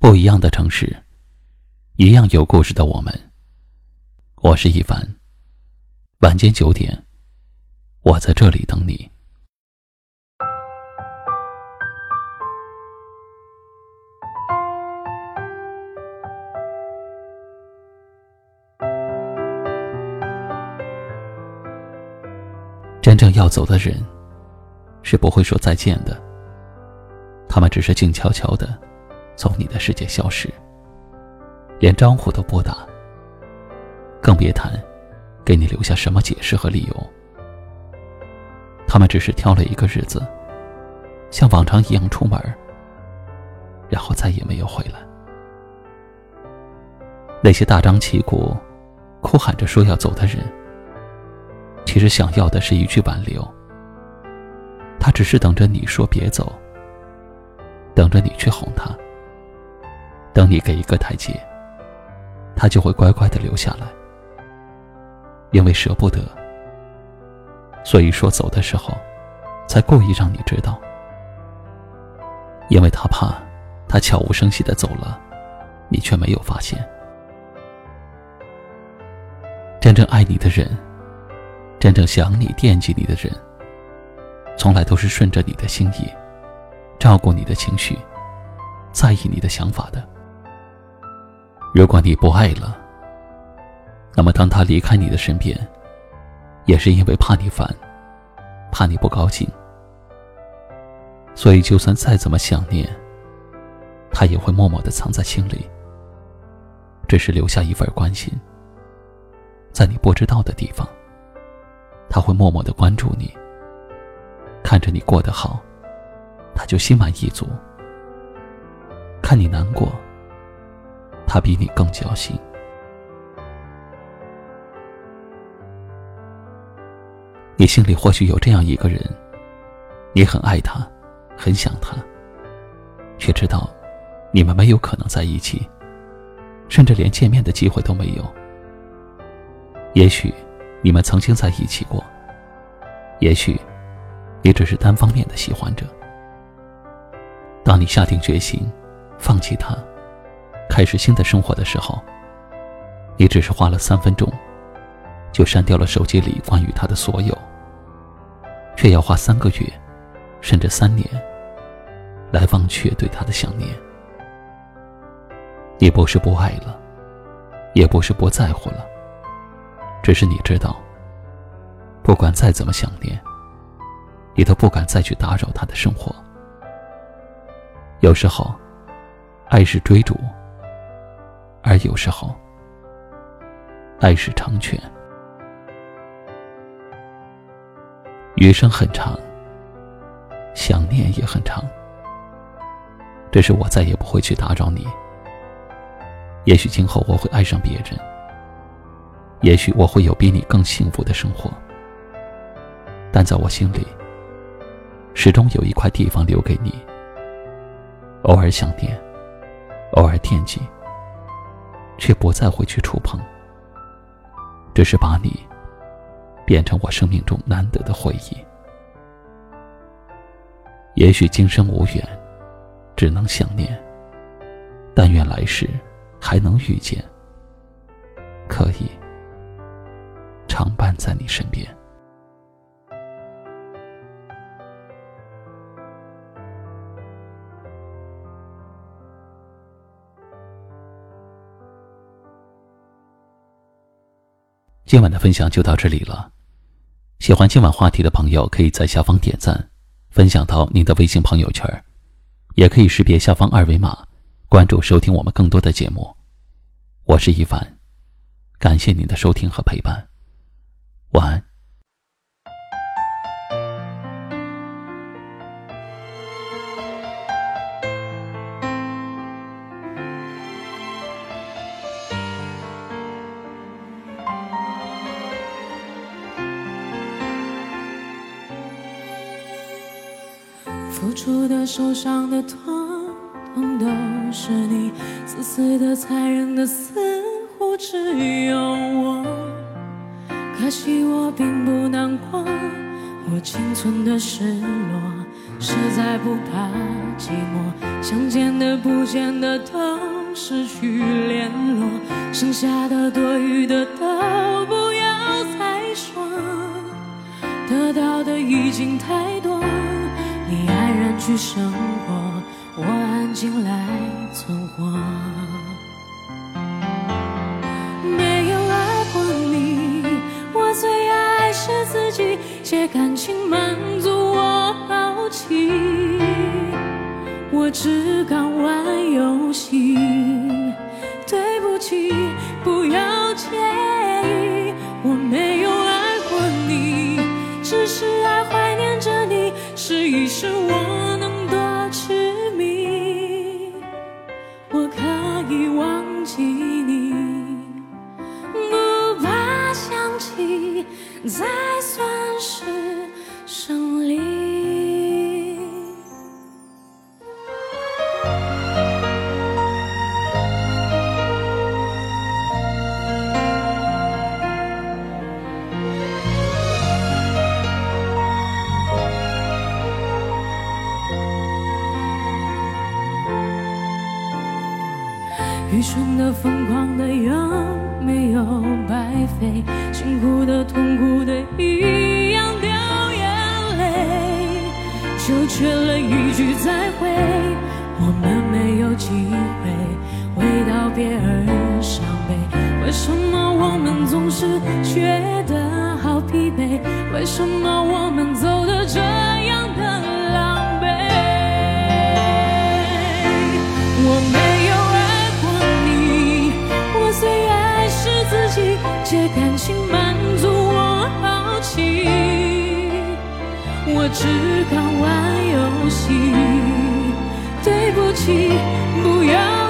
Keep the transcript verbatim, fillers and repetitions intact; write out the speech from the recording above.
不一样的城市，一样有故事的我们。我是一凡，晚间九点，我在这里等你。真正要走的人，是不会说再见的，他们只是静悄悄地从你的世界消失，连招呼都不打，更别谈给你留下什么解释和理由。他们只是挑了一个日子，像往常一样出门，然后再也没有回来。那些大张旗鼓哭喊着说要走的人，其实想要的是一句挽留，他只是等着你说别走，等着你去哄他，等你给一个台阶，他就会乖乖地留下来。因为舍不得，所以说走的时候才故意让你知道，因为他怕他悄无声息地走了，你却没有发现。真正爱你的人，真正想你惦记你的人，从来都是顺着你的心意，照顾你的情绪，在意你的想法的。如果你不爱了，那么当他离开你的身边，也是因为怕你烦，怕你不高兴。所以就算再怎么想念，他也会默默地藏在心里，只是留下一份关心。在你不知道的地方，他会默默地关注你，看着你过得好，他就心满意足。看你难过，他比你更焦心。你心里或许有这样一个人，你很爱他，很想他，却知道你们没有可能在一起，甚至连见面的机会都没有。也许你们曾经在一起过，也许你只是单方面的喜欢着。当你下定决心放弃他，开始新的生活的时候，你只是花了三分钟就删掉了手机里关于他的所有，却要花三个月甚至三年来忘却对他的想念。你不是不爱了，也不是不在乎了，只是你知道，不管再怎么想念，你都不敢再去打扰他的生活。有时候爱是追逐，而有时候爱是成全。余生很长，想念也很长，只是我再也不会去打扰你。也许今后我会爱上别人，也许我会有比你更幸福的生活，但在我心里始终有一块地方留给你，偶尔想念，偶尔惦记，却不再会去触碰，只是把你变成我生命中难得的回忆。也许今生无缘，只能想念，但愿来世还能遇见，可以常伴在你身边。今晚的分享就到这里了，喜欢今晚话题的朋友可以在下方点赞，分享到您的微信朋友圈，也可以识别下方二维码关注收听我们更多的节目。我是一凡，感谢您的收听和陪伴，晚安。 付出的、受伤的、痛痛都是你，自私的、残忍的，似乎只有我。可惜我并不难过，我仅存的失落实在不怕寂寞，想见的不见的都失去联络，剩下的多余的都不要再说，得到的已经太多，你安然去生活，我安静来存活。没有爱过你，我最爱是自己，借感情满足我好奇，我只敢玩游戏，对不起，不要介意，我没有爱过你，只是爱怀念着你，试一试我能多痴迷，我可以忘记你，不怕想起，才算是胜利。愚蠢的、疯狂的，有没有白费？辛苦的、痛苦的，一样掉眼泪，就缺了一句再会。我们没有机会为道别而伤悲，为什么我们总是觉得好疲惫？为什么我们走得这样的狼狈？我没有最爱是自己，借感情满足我好奇，我只敢玩游戏，对不起，不要